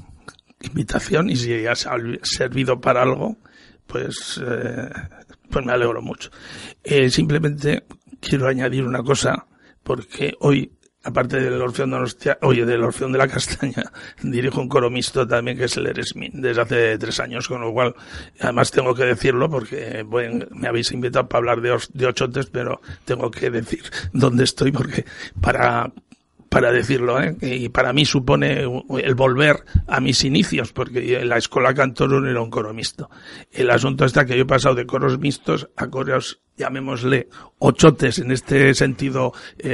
invitación y si ha servido para algo, pues, eh, pues me alegro mucho. Eh, simplemente quiero añadir una cosa, porque hoy, aparte del Orfeón de Donostia, oye, del Orfeón de la Castaña, dirijo un coro mixto también que es el Eresmin, desde hace tres años, con lo cual, además tengo que decirlo porque bueno, me habéis invitado para hablar de, os, de ochotes, pero tengo que decir dónde estoy porque para... para decirlo, ¿eh? Y para mí supone el volver a mis inicios, porque la Escola Cantorum era un coro mixto. El asunto está que yo he pasado de coros mixtos a coros, llamémosle, ochotes, en este sentido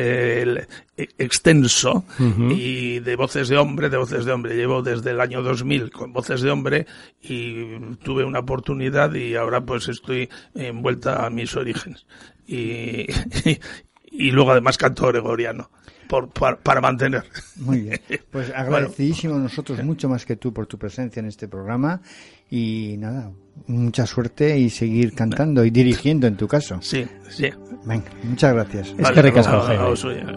eh, extenso, uh-huh. Y de voces de hombre, de voces de hombre. Llevo desde el año dos mil con voces de hombre y tuve una oportunidad y ahora pues estoy envuelta a mis orígenes. Y, y, y luego además canto gregoriano. Por, para, para mantener. Muy bien. Pues agradecidísimo bueno. nosotros, mucho más que tú, por tu presencia en este programa. Y nada, mucha suerte y seguir cantando y dirigiendo en tu caso. Sí, sí. Venga, muchas gracias. Es vale, que recasado, Jaime.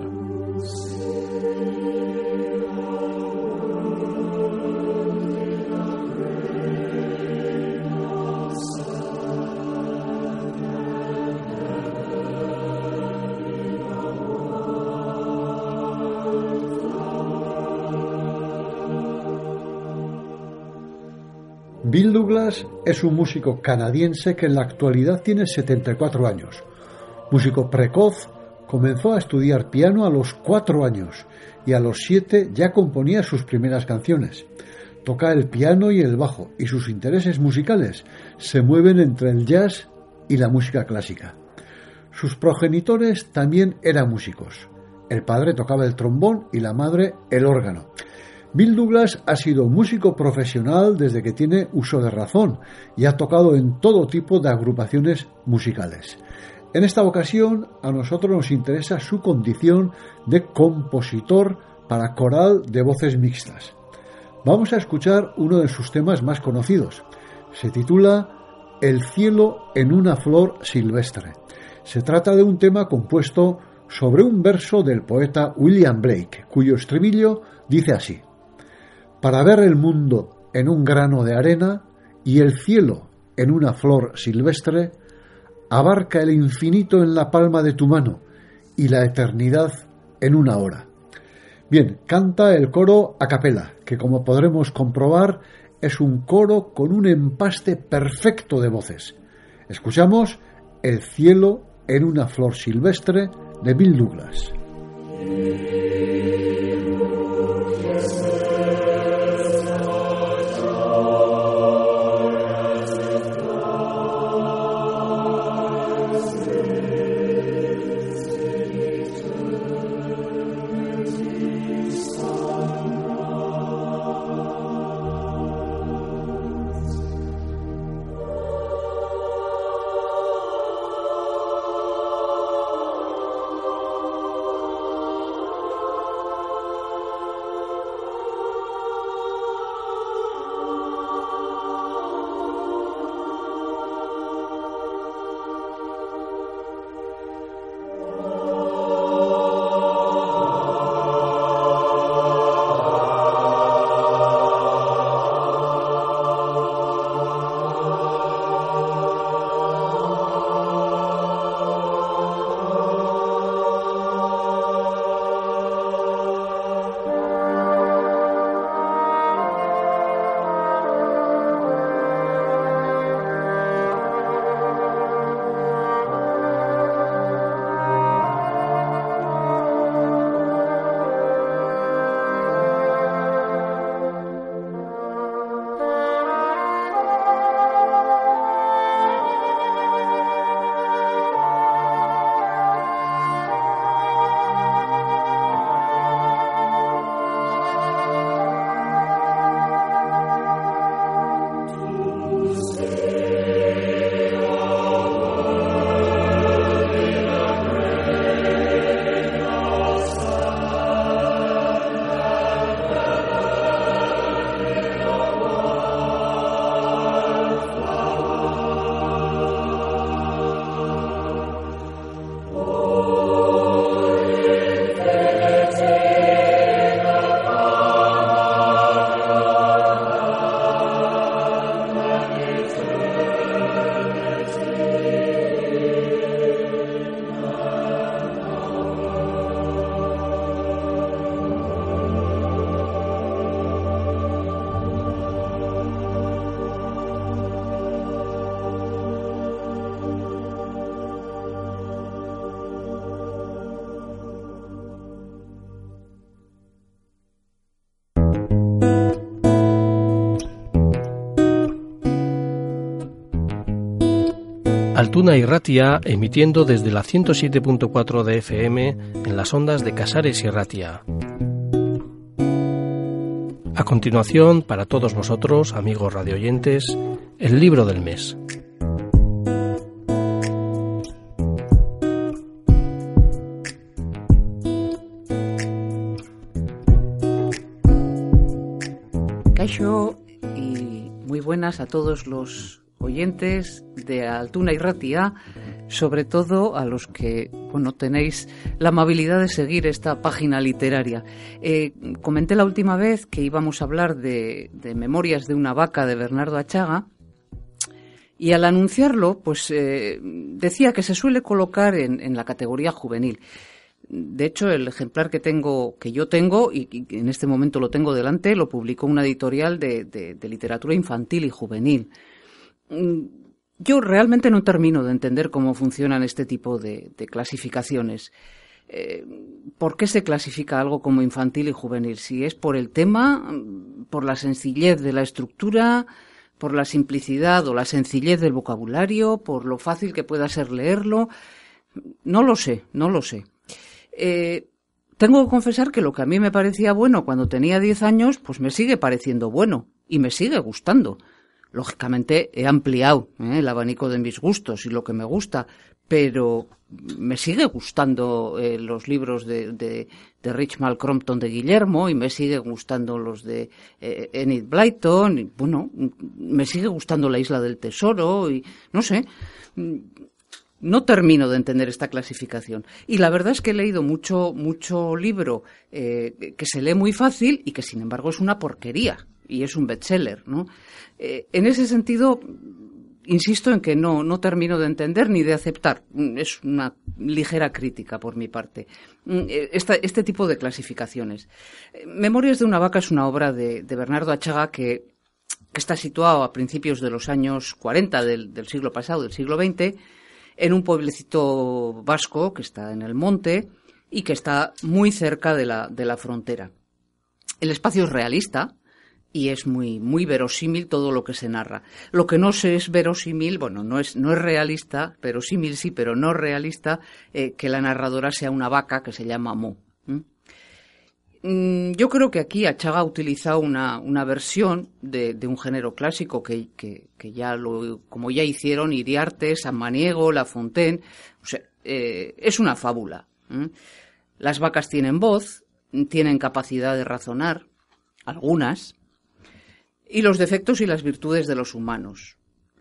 Bill Douglas es un músico canadiense que en la actualidad tiene setenta y cuatro años. Músico precoz, comenzó a estudiar piano a los cuatro años y a los siete ya componía sus primeras canciones. Toca el piano y el bajo y sus intereses musicales se mueven entre el jazz y la música clásica. Sus progenitores también eran músicos. El padre tocaba el trombón y la madre el órgano. Bill Douglas ha sido músico profesional desde que tiene uso de razón y ha tocado en todo tipo de agrupaciones musicales. En esta ocasión, a nosotros nos interesa su condición de compositor para coral de voces mixtas. Vamos a escuchar uno de sus temas más conocidos. Se titula El cielo en una flor silvestre. Se trata de un tema compuesto sobre un verso del poeta William Blake, cuyo estribillo dice así: para ver el mundo en un grano de arena y el cielo en una flor silvestre, abarca el infinito en la palma de tu mano y la eternidad en una hora. Bien, canta el coro a capela, que como podremos comprobar es un coro con un empaste perfecto de voces. Escuchamos El cielo en una flor silvestre de Bill Douglas. Altuna Irratia, emitiendo desde la ciento siete punto cuatro de F M en las ondas de Casares y Ratia. A continuación, para todos vosotros, amigos radioyentes, el libro del mes. Caixo y muy buenas a todos los oyentes de Altuna Irratia, sobre todo a los que bueno tenéis la amabilidad de seguir esta página literaria. Eh, comenté la última vez que íbamos a hablar de, de Memorias de una vaca de Bernardo Achaga, y al anunciarlo pues eh, decía que se suele colocar en, en la categoría juvenil. De hecho, el ejemplar que tengo, que yo tengo, y, y en este momento lo tengo delante, lo publicó una editorial de, de, de literatura infantil y juvenil. Yo realmente no termino de entender cómo funcionan este tipo de, de clasificaciones. Eh, ¿Por qué se clasifica algo como infantil y juvenil? Si es por el tema, por la sencillez de la estructura, por la simplicidad o la sencillez del vocabulario, por lo fácil que pueda ser leerlo, no lo sé, no lo sé. Eh, tengo que confesar que lo que a mí me parecía bueno cuando tenía diez años, pues me sigue pareciendo bueno y me sigue gustando. Lógicamente he ampliado ¿eh? el abanico de mis gustos y lo que me gusta, pero me sigue gustando eh, los libros de, de, de Richmal Crompton de Guillermo, y me sigue gustando los de eh, Enid Blyton, y bueno, me sigue gustando La Isla del Tesoro, y no sé, no termino de entender esta clasificación. Y la verdad es que he leído mucho, mucho libro eh, que se lee muy fácil y que sin embargo es una porquería, y es un bestseller, ¿no? Eh, en ese sentido, insisto en que no, no termino de entender ni de aceptar. Es una ligera crítica por mi parte. Esta, este tipo de clasificaciones. Memorias de una vaca es una obra de, de Bernardo Achaga que, que está situado a principios de los años cuarenta del, del siglo pasado, del siglo veinte, en un pueblecito vasco que está en el monte y que está muy cerca de la, de la frontera. El espacio es realista y es muy, muy verosímil todo lo que se narra. Lo que no se es verosímil, bueno, no es, no es realista, verosímil sí, pero no realista, eh, que la narradora sea una vaca que se llama Mo. ¿Mm? Yo creo que aquí Achaga ha utilizado una, una versión de, de un género clásico que, que, que ya lo, como ya hicieron Iriarte, Samaniego, La Fontaine. O sea, eh, es una fábula. ¿Mm? Las vacas tienen voz, tienen capacidad de razonar, algunas, y los defectos y las virtudes de los humanos.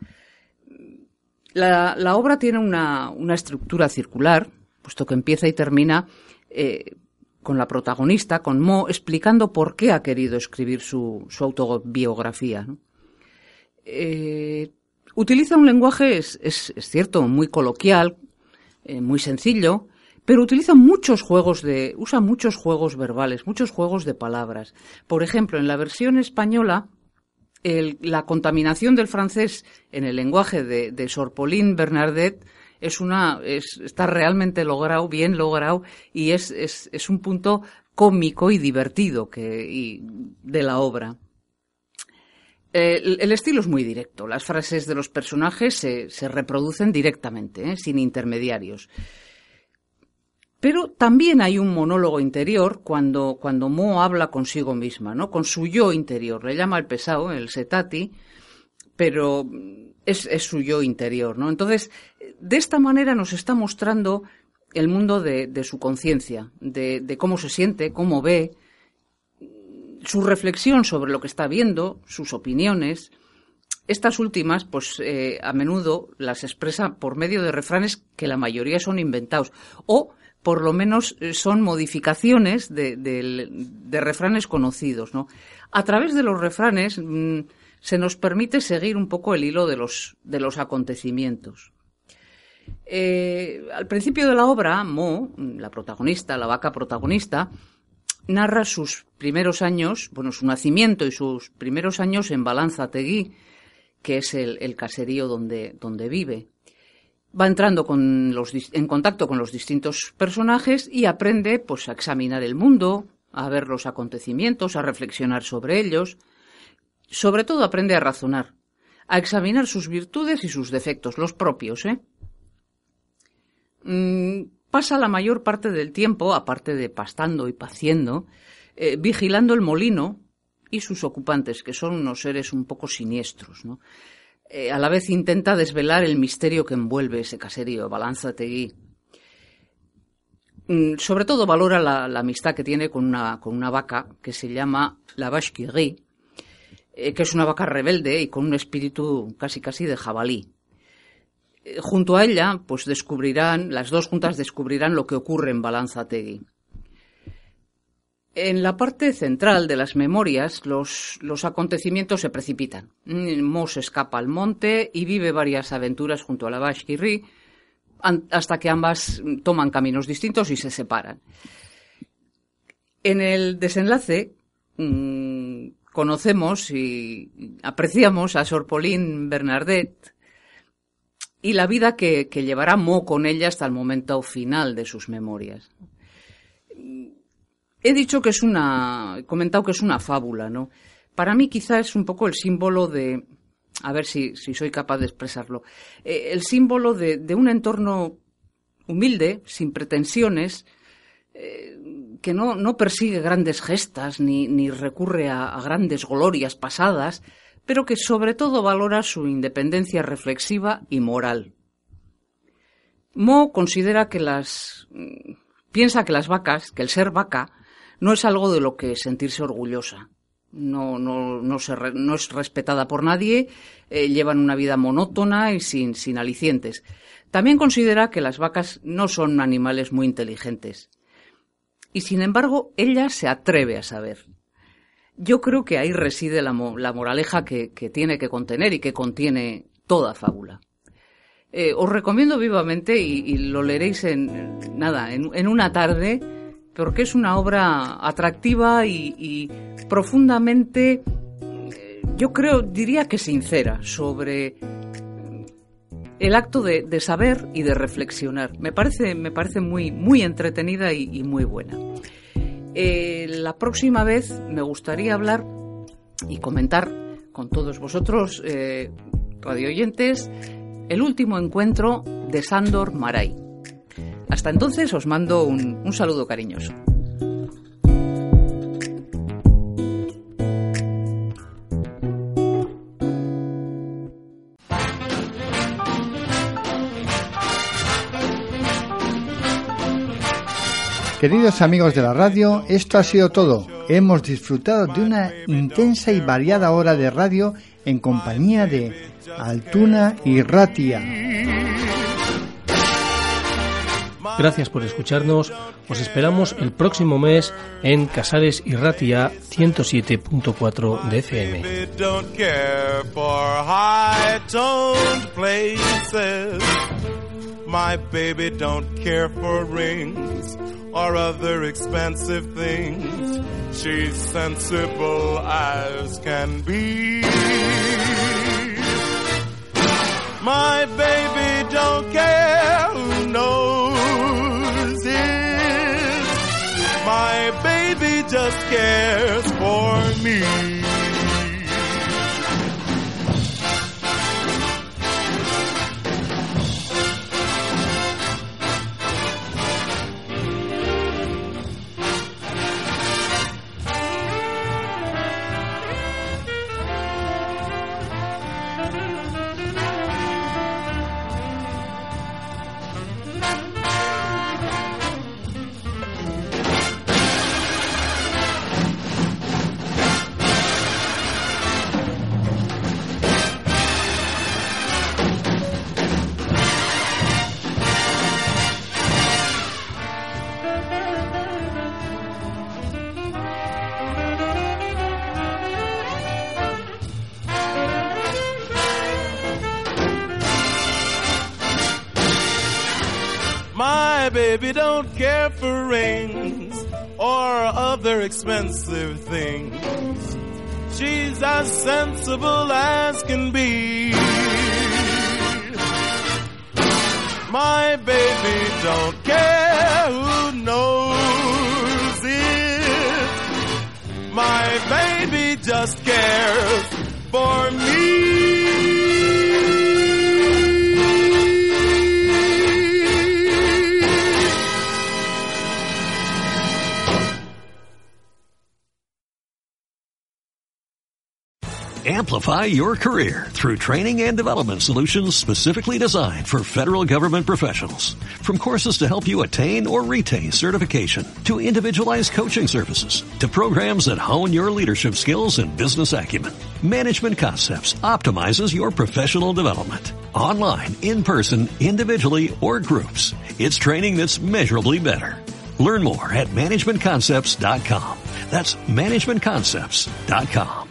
La, la obra tiene una, una estructura circular, puesto que empieza y termina eh, con la protagonista, con Mo, explicando por qué ha querido escribir su, su autobiografía, ¿no? Eh, utiliza un lenguaje, es, es, es cierto, muy coloquial, eh, muy sencillo, pero utiliza muchos juegos de, usa muchos juegos verbales, muchos juegos de palabras. Por ejemplo, en la versión española, El, la contaminación del francés en el lenguaje de, de Sor Pauline Bernardet es una, es, está realmente logrado, bien logrado, y es, es, es un punto cómico y divertido que, y, de la obra. El, el estilo es muy directo. Las frases de los personajes se, se reproducen directamente, ¿eh? sin intermediarios. Pero también hay un monólogo interior cuando, cuando Mo habla consigo misma, ¿no? Con su yo interior. Le llama el pesado, el setati, pero es, es su yo interior, ¿no? Entonces, de esta manera nos está mostrando el mundo de, de su conciencia, de, de cómo se siente, cómo ve, su reflexión sobre lo que está viendo, sus opiniones. Estas últimas, pues eh, a menudo las expresa por medio de refranes que la mayoría son inventados, o por lo menos son modificaciones de, de, de refranes conocidos, ¿no? A través de los refranes mmm, se nos permite seguir un poco el hilo de los, de los acontecimientos. Eh, al principio de la obra, Mo, la protagonista, la vaca protagonista, narra sus primeros años, bueno, su nacimiento y sus primeros años en Balanzategui, que es el, el caserío donde, donde vive. Va entrando con los, en contacto con los distintos personajes y aprende pues, a examinar el mundo, a ver los acontecimientos, a reflexionar sobre ellos. Sobre todo aprende a razonar, a examinar sus virtudes y sus defectos, los propios, ¿eh? Mm, pasa la mayor parte del tiempo, aparte de pastando y paciendo, eh, vigilando el molino y sus ocupantes, que son unos seres un poco siniestros, ¿no? Eh, a la vez intenta desvelar el misterio que envuelve ese caserío, Balánzategui. Mm, sobre todo valora la, la amistad que tiene con una, con una vaca que se llama la Vache qui rit, eh, que es una vaca rebelde y con un espíritu casi casi de jabalí. Eh, junto a ella, pues descubrirán, las dos juntas descubrirán lo que ocurre en Balánzategui. En la parte central de las memorias, los, los acontecimientos se precipitan. Mo se escapa al monte y vive varias aventuras junto a la Vache qui rit, hasta que ambas toman caminos distintos y se separan. En el desenlace mmm, conocemos y apreciamos a Sor Pauline Bernardet y la vida que, que llevará Mo con ella hasta el momento final de sus memorias. He dicho que es una, he comentado que es una fábula, ¿no? Para mí quizá es un poco el símbolo de, a ver si, si soy capaz de expresarlo, eh, el símbolo de, de un entorno humilde, sin pretensiones, eh, que no, no persigue grandes gestas ni, ni recurre a, a grandes glorias pasadas, pero que sobre todo valora su independencia reflexiva y moral. Mo considera que las, piensa que las vacas, que el ser vaca, no es algo de lo que sentirse orgullosa. No, no, no, se, no es respetada por nadie, eh, llevan una vida monótona y sin, sin alicientes. También considera que las vacas no son animales muy inteligentes. Y sin embargo, ella se atreve a saber. Yo creo que ahí reside la, la moraleja que, que tiene que contener y que contiene toda fábula. Eh, os recomiendo vivamente, y, y lo leeréis en, nada, en, en una tarde, porque es una obra atractiva y, y profundamente, yo creo, diría que sincera, sobre el acto de, de saber y de reflexionar. Me parece, me parece muy, muy entretenida y, y muy buena. Eh, la próxima vez me gustaría hablar y comentar con todos vosotros, eh, radioyentes, el último encuentro de Sándor Márai. Hasta entonces os mando un, un saludo cariñoso. Queridos amigos de la radio, esto ha sido todo. Hemos disfrutado de una intensa y variada hora de radio en compañía de Altuna Irratia. Gracias por escucharnos. Os esperamos el próximo mes en Casares Irratia ciento siete punto cuatro de F M. My baby don't care for rings or other expensive things. She's sensible as can be. My baby don't care who knows it. My baby just cares for me. My baby don't care for rings or other expensive things. She's as sensible as can be. My baby don't care who knows it. My baby just cares for me. Amplify your career through training and development solutions specifically designed for federal government professionals. From courses to help you attain or retain certification, to individualized coaching services, to programs that hone your leadership skills and business acumen, Management Concepts optimizes your professional development. Online, in person, individually, or groups, it's training that's measurably better. Learn more at management concepts dot com. That's management concepts dot com.